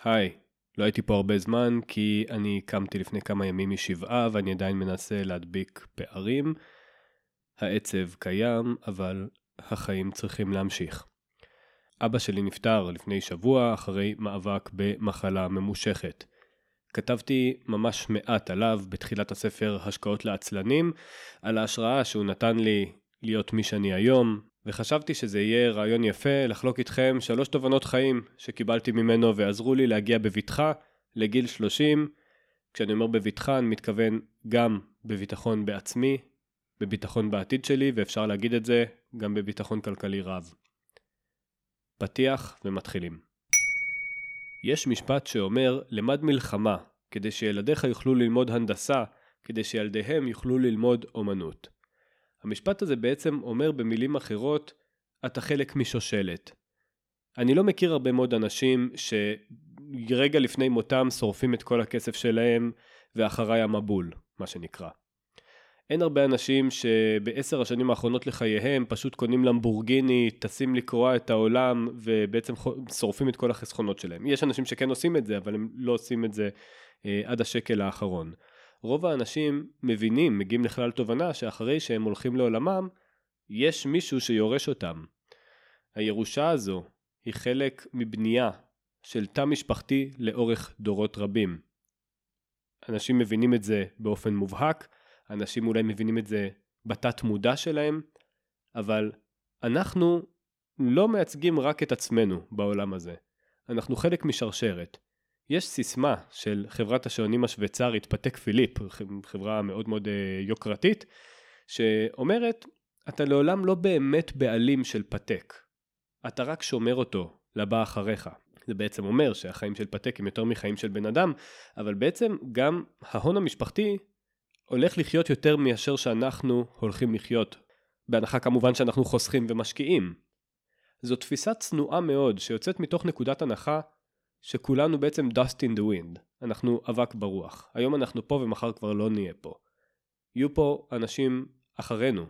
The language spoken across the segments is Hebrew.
היי, לא הייתי פה הרבה זמן כי אני קמתי לפני כמה ימים משבעה ואני עדיין מנסה להדביק פערים. העצב קיים, אבל החיים צריכים להמשיך. אבא שלי נפטר לפני שבוע אחרי מאבק במחלה ממושכת. כתבתי ממש מעט עליו בתחילת הספר השקעות לעצלנים, על ההשראה שהוא נתן לי להיות מי שאני היום, וחשבתי שזה יהיה רעיון יפה לחלוק איתכם 3 תובנות חיים שקיבלתי ממנו ועזרו לי להגיע בביטחה לגיל 30. כשאני אומר בביטחה אני מתכוון גם בביטחון בעצמי, בביטחון בעתיד שלי, ואפשר להגיד את זה גם בביטחון כלכלי רב. פתיח ומתחילים. יש משפט שאומר, למד מלחמה, כדי שילדיך יוכלו ללמוד הנדסה, כדי שילדיהם יוכלו ללמוד אומנות. המשפט הזה בעצם אומר במילים אחרות, אתה חלק משושלת. אני לא מכיר הרבה מאוד אנשים שרגע לפני מותם שורפים את כל הכסף שלהם, ואחריי המבול, מה שנקרא. אין הרבה אנשים שב10 השנים האחרונות לחייהם פשוט קונים למבורגיני, טסים לקרוע את העולם ובעצם שורפים את כל החסכונות שלהם. יש אנשים שכן עושים את זה, אבל הם לא עושים את זה עד השקל האחרון. רוב האנשים מבינים, מגיעים לכלל תובנה שאחרי שהם הולכים לעולמם, יש מישהו שיורש אותם. הירושה הזו היא חלק מבנייה של תא משפחתי לאורך דורות רבים. אנשים מבינים את זה באופן מובהק, אנשים אולי מבינים את זה בתת מודע שלהם, אבל אנחנו לא מייצגים רק את עצמנו בעולם הזה. אנחנו חלק משרשרת. יש סיסמה של חברת השעונים השוויצרית פתק פיליפ, חברה מאוד מאוד יוקרתית, שאומרת, אתה לעולם לא באמת בעלים של פתק. אתה רק שומר אותו לבא אחריך. זה בעצם אומר שהחיים של פתק הם יותר מחיים של בן אדם, אבל בעצם גם ההון המשפחתי הולך לחיות יותר מאשר שאנחנו הולכים לחיות. בהנחה כמובן שאנחנו חוסכים ומשקיעים. זו תפיסה צנועה מאוד שיוצאת מתוך נקודת הנחה שכולנו בעצם dust in the wind. אנחנו אבק ברוח. היום אנחנו פה ומחר כבר לא נהיה פה. יהיו פה אנשים אחרינו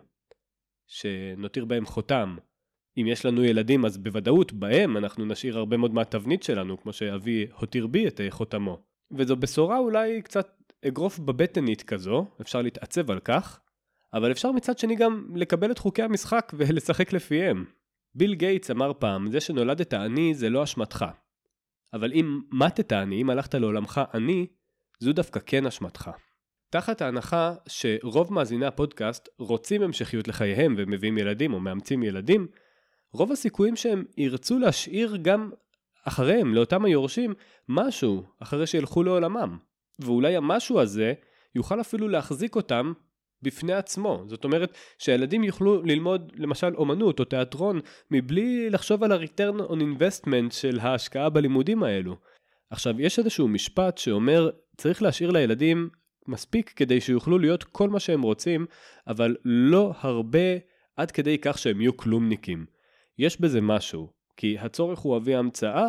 שנותיר בהם חותם. אם יש לנו ילדים אז בוודאות בהם אנחנו נשאיר הרבה מאוד מהתבנית שלנו, כמו שאבי הותיר בי את חותמו. וזו בשורה אולי קצת אגרוף בבטנית כזו, אפשר להתעצב על כך, אבל אפשר מצד שני גם לקבל את חוקי המשחק ולשחק לפיהם. ביל גייטס אמר פעם, זה שנולדת עני זה לא אשמתך. אבל אם מתת עני, אם הלכת לעולמך עני, זו דווקא כן אשמתך. תחת ההנחה שרוב מאזיני הפודקאסט רוצים המשכיות לחייהם ומביאים ילדים או מאמצים ילדים, רוב הסיכויים שהם ירצו להשאיר גם אחריהם, לאותם היורשים, משהו אחרי שילכו לעולמם. ואולי המשהו הזה יוכל אפילו להחזיק אותם בפני עצמו. זאת אומרת שהילדים יוכלו ללמוד למשל אומנות או תיאטרון מבלי לחשוב על ה-return on investment של ההשקעה בלימודים האלו. עכשיו יש איזשהו משפט שאומר צריך להשאיר לילדים מספיק כדי שיוכלו להיות כל מה שהם רוצים, אבל לא הרבה עד כדי כך שהם יהיו כלומניקים. יש בזה משהו, כי הצורך הוא אבי המצאה,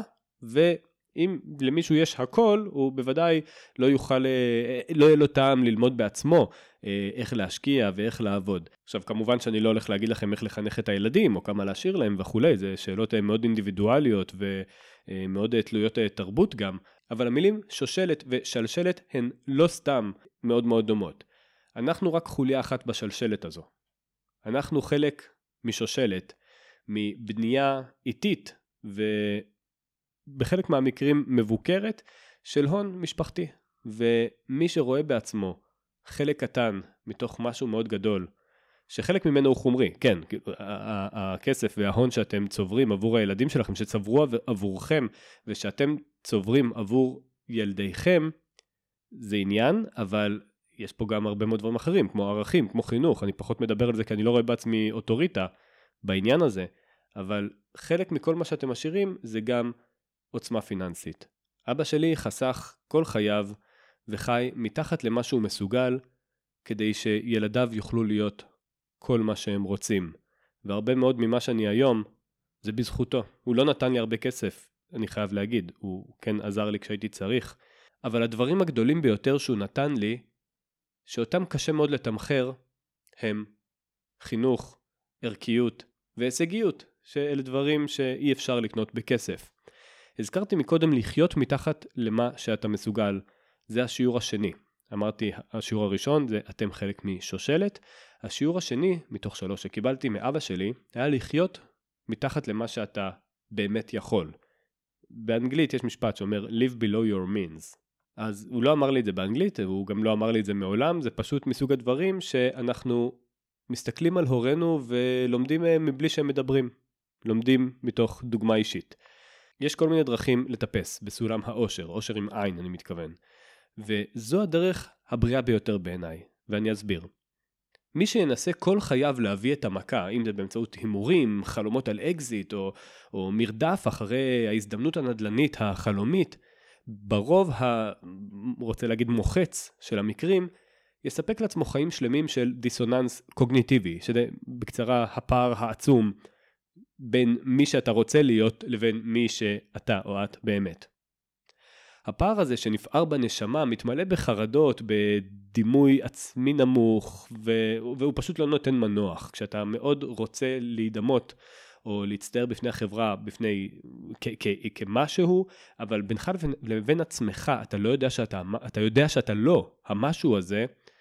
ואם למישהו יש הכל, הוא בוודאי לא יהיה לו טעם ללמוד בעצמו איך להשקיע ואיך לעבוד. עכשיו כמובן שאני לא הולך להגיד לכם איך לחנך את הילדים, או כמה להשאיר להם וכולי, זה שאלות מאוד אינדיבידואליות ומאוד תלויות תרבות גם, אבל המילים שושלת ושלשלת הן לא סתם מאוד מאוד דומות. אנחנו רק חוליה אחת בשלשלת הזו. אנחנו חלק משושלת, מבנייה איטית ובחלק מהמקרים מבוקרת של הון משפחתי. ומי שרואה בעצמו חלק קטן מתוך משהו מאוד גדול, שחלק ממנו הוא חומרי, כן, הכסף וההון שאתם צוברים עבור הילדים שלכם, שצברו עבורכם ושאתם צוברים עבור ילדיכם, זה עניין, אבל יש פה גם הרבה מאוד דברים אחרים, כמו ערכים, כמו חינוך. אני פחות מדבר על זה כי אני לא רואה בעצמי אוטוריטה בעניין הזה, אבל חלק מכל מה שאתם משאירים זה גם עוצמה פיננסית. אבא שלי חסך כל חייו וחי מתחת למה שהוא מסוגל, כדי שילדיו יוכלו להיות כל מה שהם רוצים. והרבה מאוד ממה שאני היום זה בזכותו. הוא לא נתן לי הרבה כסף, אני חייב להגיד, הוא כן עזר לי כשהייתי צריך, אבל הדברים הגדולים ביותר שהוא נתן לי, שאותם קשה מאוד לתמחר, הם חינוך, ערכיות והישגיות, שאלה דברים שאי אפשר לקנות בכסף. הזכרתי מקודם לחיות מתחת למה שאתה מסוגל. זה השיעור השני. אמרתי, השיעור הראשון זה אתם חלק משושלת. השיעור השני, מתוך 3 שקיבלתי מאבא שלי, היה לחיות מתחת למה שאתה באמת יכול. באנגלית יש משפט שאומר live below your means. אז הוא לא אמר לי את זה באנגלית, והוא גם לא אמר לי את זה מעולם, זה פשוט מסוג הדברים שאנחנו מסתכלים על הורינו ולומדים מבלי שהם מדברים. לומדים מתוך דוגמה אישית. יש כל מיני דרכים לטפס בסולם האושר, אושר עם עין אני מתכוון. וזו הדרך הבריאה ביותר בעיניי, ואני אסביר. מי שינסה כל חייו להביא את המכה, אם זה באמצעות הימורים, חלומות על אקזיט, או מרדף אחרי ההזדמנות הנדלנית החלומית, ברוב רוצה להגיד מוחץ של המקרים, יספק לעצמו חיים שלמים של דיסוננס קוגניטיבי, שזה בקצרה הפער העצום בין מי שאתה רוצה להיות לבין מי שאתה או את באמת. הפער הזה שנפער בנשמה מתמלא בחרדות, בדימוי עצמי נמוך, והוא פשוט לא נותן מנוח. כשאתה מאוד רוצה להידמות או להצטער בפני החברה, כמשהו, אבל בינך לבין עצמך, אתה יודע שאתה לא, המשהו הזה,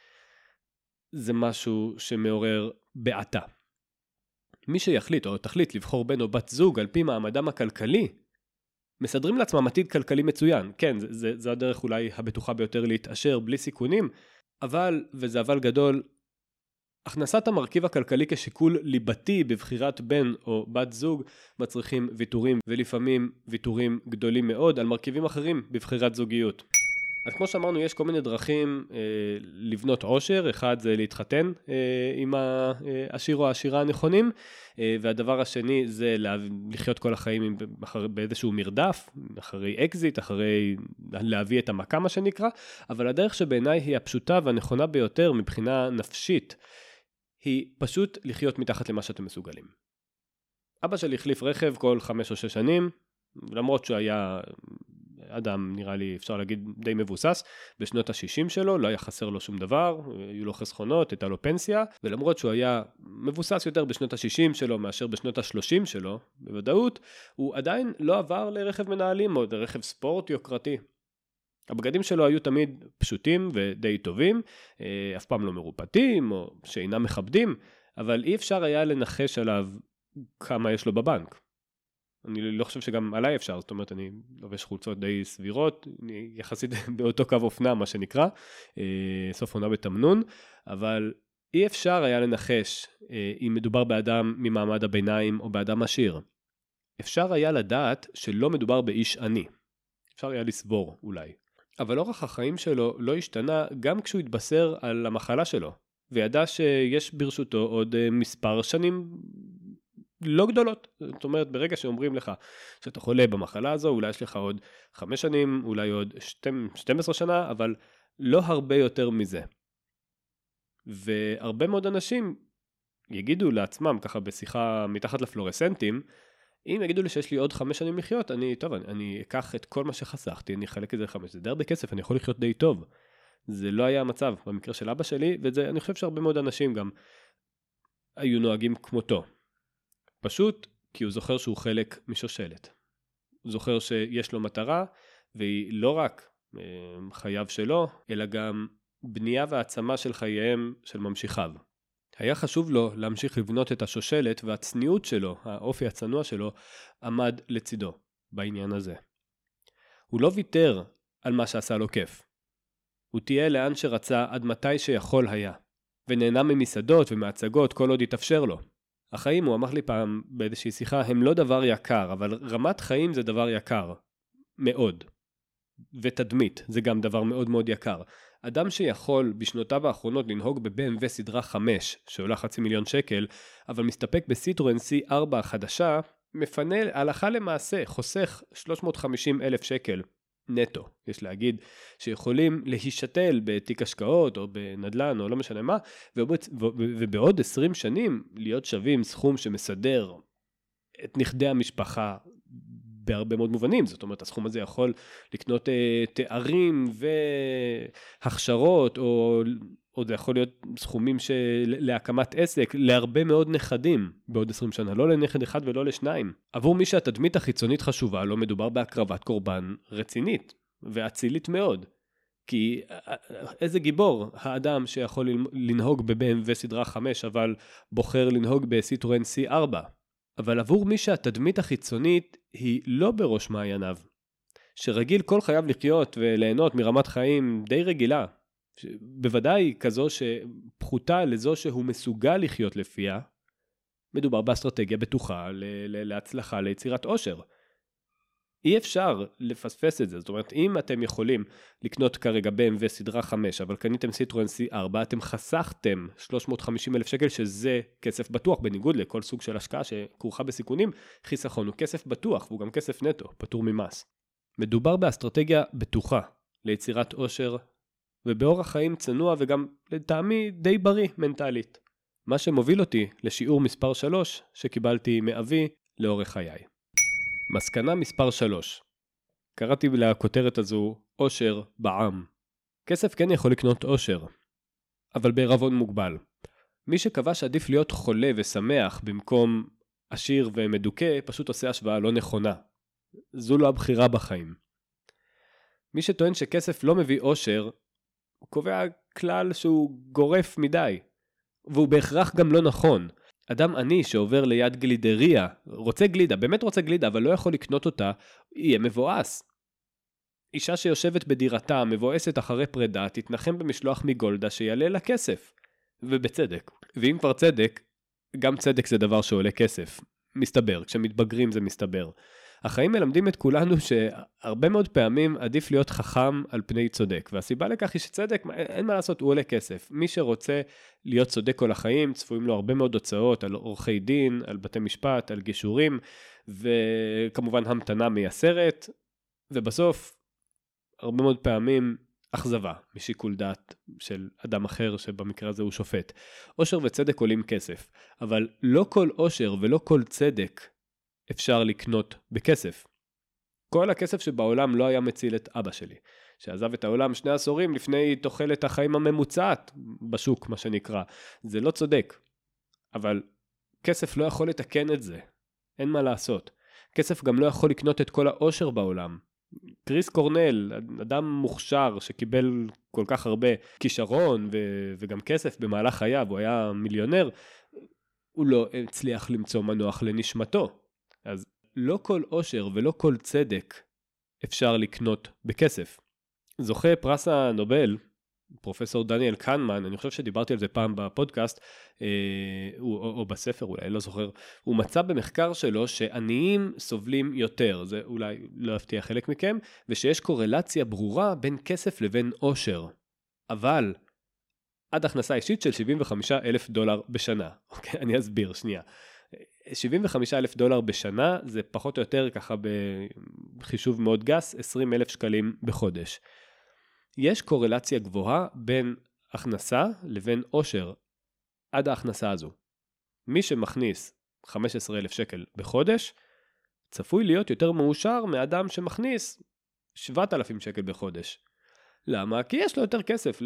זה משהו שמעורר בעתה. מי שיחליט או תחליט לבחור בן או בת זוג על פי מעמדם הכלכלי, מסדרים לעצמם עתיד כלכלי מצוין. כן, זו הדרך אולי הבטוחה ביותר להתעשר בלי סיכונים, וזה אבל גדול, הכנסת המרכיב הכלכלי כשיקול ליבתי בבחירת בן או בת זוג מצריכים ויתורים, ולפעמים ויתורים גדולים מאוד על מרכיבים אחרים בבחירת זוגיות. אז כמו שאמרנו, יש כל מיני דרכים לבנות עושר. אחד זה להתחתן עם העשיר או העשירה הנכונים, והדבר השני זה לחיות כל החיים באיזשהו מרדף, אחרי אקזיט, אחרי להביא את המכה מה שנקרא, אבל הדרך שבעיניי היא הפשוטה והנכונה ביותר מבחינה נפשית, היא פשוט לחיות מתחת למה שאתם מסוגלים. אבא שלי החליף רכב כל 5 או 6 שנים, למרות שהוא היה אדם, נראה לי אפשר להגיד די מבוסס, בשנות ה-60 שלו, לא היה חסר לו שום דבר, היו לו חסכונות, הייתה לו פנסיה, ולמרות שהוא היה מבוסס יותר בשנות ה-60 שלו מאשר בשנות ה-30 שלו, בוודאות, הוא עדיין לא עבר לרכב מנהלים או לרכב ספורט יוקרתי. הבגדים שלו היו תמיד פשוטים ודי טובים, אף פעם לא מרופטים או שאינם מכבדים, אבל אי אפשר היה לנחש עליו כמה יש לו בבנק. אני לא חושב שגם עליי אפשר, זאת אומרת, אני לובש חולצות די סבירות, אני יחסית באותו קו אופנה, מה שנקרא, סוף עונה בתמנון, אבל אי אפשר היה לנחש אם מדובר באדם ממעמד הביניים או באדם עשיר. אפשר היה לדעת שלא מדובר באיש עני. אפשר היה לסבור אולי. אבל אורח החיים שלו לא השתנה גם כשהוא התבשר על המחלה שלו, וידע שיש ברשותו עוד מספר שנים לא גדולות. זאת אומרת, ברגע שאומרים לך שאתה חולה במחלה הזו, אולי יש לך עוד 5 שנים, אולי עוד 12 שנה, אבל לא הרבה יותר מזה. והרבה מאוד אנשים יגידו לעצמם, ככה בשיחה מתחת לפלורסנטים, אם יגידו לי שיש לי עוד 5 שנים לחיות, אני אקח את כל מה שחסכתי, אני אחלק את זה 5, זה די הרבה כסף, אני יכול לחיות די טוב. זה לא היה המצב במקרה של אבא שלי, ואני חושב שהרבה מאוד אנשים גם היו נוהגים כמותו. פשוט כי הוא זוכר שהוא חלק משושלת. הוא זוכר שיש לו מטרה, והיא לא רק חייו שלו, אלא גם בנייה והעצמה של חייהם של ממשיכיו. היה חשוב לו להמשיך לבנות את השושלת, והצניעות שלו, האופי הצנוע שלו, עמד לצידו בעניין הזה. הוא לא ויתר על מה שעשה לו כיף. הוא תהיה לאן שרצה עד מתי שיכול היה, ונהנה ממסעדות ומהצגות כל עוד יתאפשר לו. החיים, הוא אמר לי פעם באיזושהי שיחה, הם לא דבר יקר, אבל רמת חיים זה דבר יקר. מאוד. ותדמית זה גם דבר מאוד מאוד יקר. אדם שיכול בשנותיו האחרונות לנהוג ב-BMW סדרה 5, שעולה $500,000, אבל מסתפק בסיטרואן C4 החדשה, מפנה הלכה למעשה, חוסך $350,000 נטו, יש להגיד, שיכולים להישתל בתיק השקעות או בנדלן או לא משנה מה, ובעוד 20 שנים להיות שווים סכום שמסדר את נכדי המשפחה בהרבה מאוד מובנים. זאת אומרת, הסכום הזה יכול לקנות תארים והכשרות או או זה יכול להיות סכומים להקמת עסק, להרבה מאוד נכדים בעוד 20 שנה, לא לנכד אחד ולא לשניים. עבור מי שהתדמית החיצונית חשובה, לא מדובר בהקרבת קורבן רצינית ואצילית מאוד. כי איזה גיבור האדם שיכול לנהוג ב-BMW סדרה 5, אבל בוחר לנהוג בסיטרואן C4. אבל עבור מי שהתדמית החיצונית היא לא בראש מעייניו, שרגיל כל חייו לחיות וליהנות מרמת חיים די רגילה, בוודאי כזו שפחותה לזו שהוא מסוגל לחיות לפיה, מדובר באסטרטגיה בטוחה להצלחה, ליצירת עושר. אי אפשר לפספס את זה, זאת אומרת, אם אתם יכולים לקנות כרגע BMW סדרה 5, אבל קניתם סיטרואן C4, אתם חסכתם 350,000 שקל, שזה כסף בטוח, בניגוד לכל סוג של השקעה שכרוכה בסיכונים, חיסכון הוא כסף בטוח, והוא גם כסף נטו, פטור ממס. מדובר באסטרטגיה בטוחה, ליצירת עושר, ובאורח חיים צנוע וגם לטעמי די בריא מנטלית. מה שמוביל אותי לשיעור מספר 3 שקיבלתי מאבי לאורך חיי. מסקנה מספר 3. קראתי לכותרת הזו עושר בעם. כסף כן יכול לקנות עושר, אבל בערבון מוגבל. מי שקבע שעדיף להיות חולה ושמח במקום עשיר ומדוכא פשוט עושה השוואה לא נכונה. זו לא הבחירה בחיים. מי שטוען שכסף לא מביא עושר, הוא קובע כלל שהוא גורף מדי, והוא בהכרח גם לא נכון. אדם עני שעובר ליד גלידריה, רוצה גלידה, באמת רוצה גלידה, אבל לא יכול לקנות אותה, יהיה מבואס. אישה שיושבת בדירתה, מבואסת אחרי פרידה, תתנחם במשלוח מגולדה שיעלה לה כסף. ובצדק. ואם כבר צדק, גם צדק זה דבר שעולה כסף. מסתבר, כשמתבגרים זה מסתבר. החיים מלמדים את כולנו שהרבה מאוד פעמים עדיף להיות חכם על פני צודק, והסיבה לכך היא שצדק, אין מה לעשות, הוא עולה כסף. מי שרוצה להיות צודק כל החיים, צפויים לו הרבה מאוד הוצאות על עורכי דין, על בתי משפט, על גישורים, וכמובן המתנה מייסרת, ובסוף, הרבה מאוד פעמים אכזבה משיקול דעת של אדם אחר שבמקרה הזה הוא שופט. עושר וצדק עולים כסף, אבל לא כל עושר ולא כל צדק אפשר לקנות בכסף. כל הכסף שבעולם לא היה מציל את אבא שלי, שעזב את העולם 2 עשורים לפני תוחלת החיים הממוצעת בשוק, מה שנקרא. זה לא צודק, אבל כסף לא יכול לתקן את זה. אין מה לעשות. כסף גם לא יכול לקנות את כל העושר בעולם. קריס קורנל, אדם מוכשר שקיבל כל כך הרבה כישרון וגם כסף במהלך חייו, הוא היה מיליונר, הוא לא הצליח למצוא מנוח לנשמתו. אז לא כל עושר ולא כל צדק אפשר לקנות בכסף. זוכה פרס הנובל, פרופסור דניאל קנמן, אני חושב שדיברתי על זה פעם בפודקאסט, או בספר אולי, לא זוכר, הוא מצא במחקר שלו שעניים סובלים יותר, זה אולי לא יפתיע חלק מכם, ושיש קורלציה ברורה בין כסף לבין עושר. אבל עד הכנסה אישית של $75,000 בשנה. אוקיי, אני אסביר, שנייה. $75,000 בשנה זה פחות או יותר ככה בחישוב מאוד גס 20,000 שקלים בחודש. יש קורלציה גבוהה בין הכנסה לבין עושר עד ההכנסה הזו. מי שמכניס 15,000 שקל בחודש צפוי להיות יותר מאושר מאדם שמכניס 7,000 שקל בחודש. למה? כי יש לו יותר כסף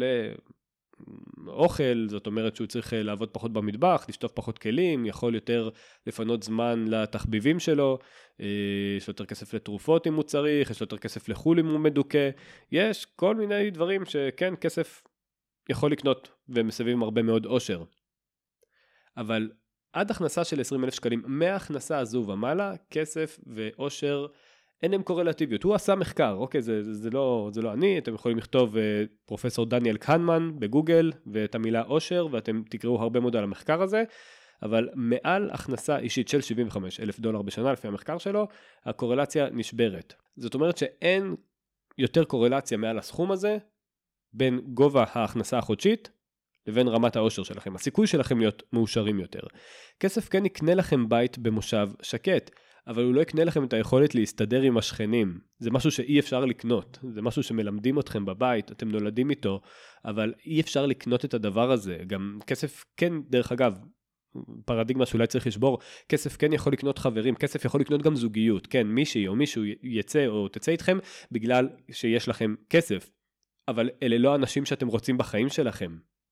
אוכל, זאת אומרת שהוא צריך לעבוד פחות במטבח, לשטוף פחות כלים, יכול יותר לפנות זמן לתחביבים שלו, יש יותר כסף לתרופות אם הוא צריך, יש יותר כסף לחול אם הוא מדוכא, יש כל מיני דברים שכן כסף יכול לקנות ומסביבים הרבה מאוד עושר. אבל עד הכנסה של 20,000 שקלים, מההכנסה הזו ומעלה, כסף ועושר אין להם קורלטיביות. הוא עשה מחקר, אוקיי, זה לא אני, אתם יכולים לכתוב פרופסור דניאל קנמן בגוגל, ואת המילה עושר, ואתם תקראו הרבה מאוד על המחקר הזה, אבל מעל הכנסה אישית של $75,000 בשנה, לפי המחקר שלו, הקורלציה נשברת. זאת אומרת שאין יותר קורלציה מעל הסכום הזה, בין גובה ההכנסה החודשית, לבין רמת העושר שלכם. הסיכוי שלכם להיות מאושרים יותר. כסף כן יקנה לכם בית במושב שקט, אבל הוא לא יקנה לכם את היכולת להסתדר עם השכנים. זה משהו שאי אפשר לקנות. זה משהו שמלמדים אתכם בבית, אתם נולדים איתו, אבל אי אפשר לקנות את הדבר הזה. גם כסף כן, דרך אגב, פרדיגמה שאולי צריך לשבור, כסף כן יכול לקנות חברים, כסף יכול לקנות גם זוגיות. כן, מישהי או מישהו יצא או תצא איתכם בגלל שיש לכם כסף. אבל אלה לא אנשים שאתם רוצים בחיים שלכם.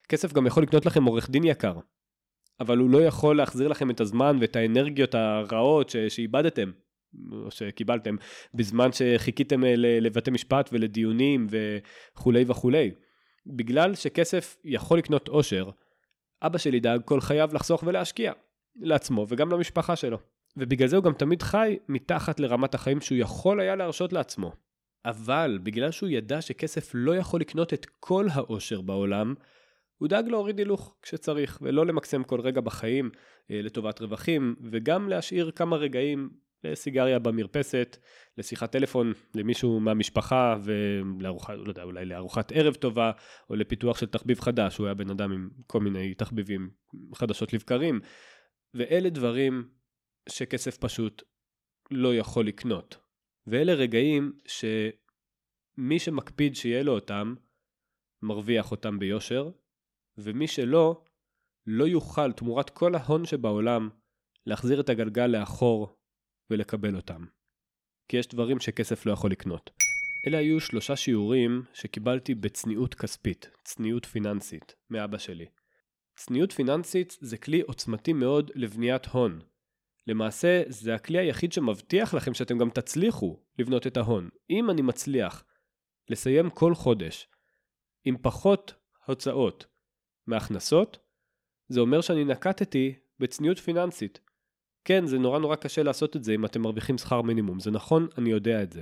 כסף גם יכול לקנות לכם עורך דין יקר, אבל הוא לא יכול להחזיר לכם את הזמן ואת האנרגיות הרעות שאיבדתם, או שקיבלתם, בזמן שחיכיתם לבתי משפט ולדיונים וכולי וכולי. בגלל שכסף יכול לקנות עושר, אבא שלי דאג כל חייו לחסוך ולהשקיע, לעצמו וגם למשפחה שלו. ובגלל זה הוא גם תמיד חי מתחת לרמת החיים שהוא יכול היה להרשות לעצמו. אבל בגלל שהוא ידע שכסף לא יכול לקנות את כל העושר בעולם, הוא דאג להוריד הילוך כשצריך, ולא למקסם כל רגע בחיים לטובת רווחים, וגם להשאיר כמה רגעים לסיגריה במרפסת, לשיחת טלפון למישהו מהמשפחה, ולארוחת, לא יודע, אולי לארוחת ערב טובה, או לפיתוח של תחביב חדש. הוא היה בן אדם עם כל מיני תחביבים חדשות לבקרים, ואלה דברים שכסף פשוט לא יכול לקנות. ואלה רגעים שמי שמקפיד שיהיה לו אותם, מרוויח אותם ביושר, ומי שלא, לא יוכל תמורת כל ההון שבעולם להחזיר את הגלגל לאחור ולקבל אותם. כי יש דברים שכסף לא יכול לקנות. אלה היו 3 שיעורים שקיבלתי בצניעות כספית, צניעות פיננסית, מאבא שלי. צניעות פיננסית זה כלי עוצמתי מאוד לבניית הון. למעשה זה הכלי היחיד שמבטיח לכם שאתם גם תצליחו לבנות את ההון. אם אני מצליח לסיים כל חודש עם פחות הוצאות מהכנסות, זה אומר שאני נקטתי בצניעות פיננסית. כן, זה נורא קשה לעשות את זה אם אתם מרוויחים שכר מינימום. זה נכון, אני יודע את זה.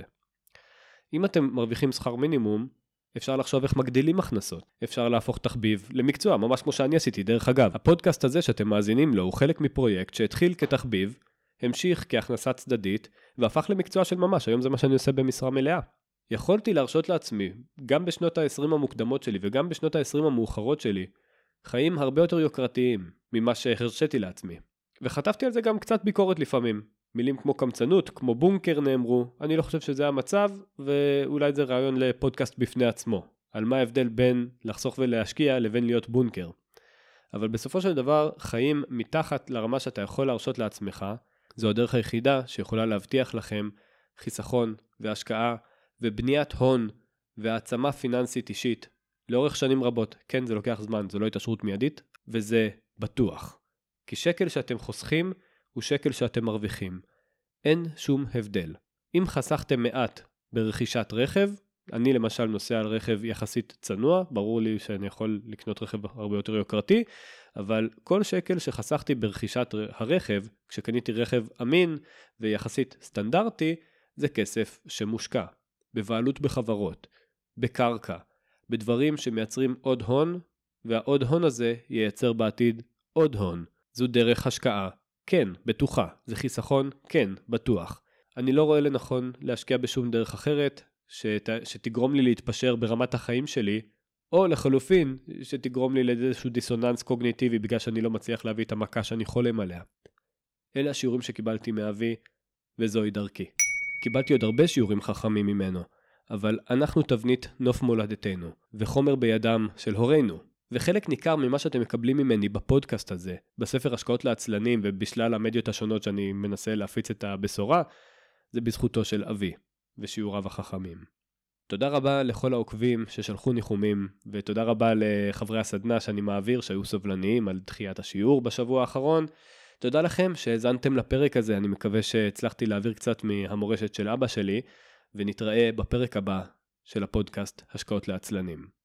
אם אתם מרוויחים שכר מינימום, אפשר לחשוב איך מגדילים הכנסות. אפשר להפוך תחביב למקצוע, ממש כמו שאני עשיתי. דרך אגב, הפודקאסט הזה שאתם מאזינים לו הוא חלק מפרויקט שהתחיל כתחביב, המשיך כהכנסה צדדית, והפך למקצוע של ממש. היום זה מה שאני עושה במשרה מלאה. יכולתי להרשות לעצמי, גם בשנות ה-20 המוקדמות שלי וגם בשנות ה-20 המאוחרות שלי, חיים הרבה יותר יוקרתיים ממה שהרשיתי לעצמי. וחטפתי על זה גם קצת ביקורת לפעמים. מילים כמו קמצנות, כמו בונקר נאמרו. אני לא חושב שזה המצב, ואולי זה רעיון לפודקאסט בפני עצמו. על מה ההבדל בין לחסוך ולהשקיע לבין להיות בונקר. אבל בסופו של דבר, חיים מתחת לרמה שאתה יכול להרשות לעצמך, זו הדרך היחידה שיכולה להבטיח לכם חיסכון והשקעה ובניית הון והעצמה פיננסית אישית לאורך שנים רבות. כן, זה לוקח זמן, זו לא התעשרות מיידית, וזה בטוח. כי שקל שאתם חוסכים הוא שקל שאתם מרוויחים. אין שום הבדל. אם חסכתם מעט ברכישת רכב, אני למשל נוסע על רכב יחסית צנוע, ברור לי שאני יכול לקנות רכב הרבה יותר יוקרתי, אבל כל שקל שחסכתי ברכישת הרכב, כשקניתי רכב אמין ויחסית סטנדרטי, זה כסף שמושקע. בבעלות בחברות, בקרקע, בדברים שמייצרים עוד הון, והעוד הון הזה ייצר בעתיד עוד הון. זו דרך השקעה, כן, בטוחה. זה חיסכון, כן, בטוח. אני לא רואה לנכון להשקיע בשום דרך אחרת, שתגרום לי להתפשר ברמת החיים שלי, או לחלופין, שתגרום לי לאיזשהו דיסוננס קוגניטיבי, בגלל שאני לא מצליח להביא את המכה שאני חולם עליה. אלה השיעורים שקיבלתי מאבי, וזוהי דרכי. קיבלתי עוד הרבה שיעורים חכמים ממנו, אבל אנחנו תבנית נוף מולדתנו, וחומר בידם של הורינו. וחלק ניכר ממה שאתם מקבלים ממני בפודקאסט הזה, בספר השקעות לעצלנים ובשלל המדיות השונות שאני מנסה להפיץ את הבשורה, זה בזכותו של אבי ושיעוריו החכמים. תודה רבה לכל העוקבים ששלחו ניחומים, ותודה רבה לחברי הסדנה שאני מעביר שהיו סובלניים על דחיית השיעור בשבוע האחרון. תודה לכם שהזנתם לפרק הזה, אני מקווה שהצלחתי להעביר קצת מהמורשת של אבא שלי, ונתראה בפרק הבא של הפודקאסט השקעות לעצלנים.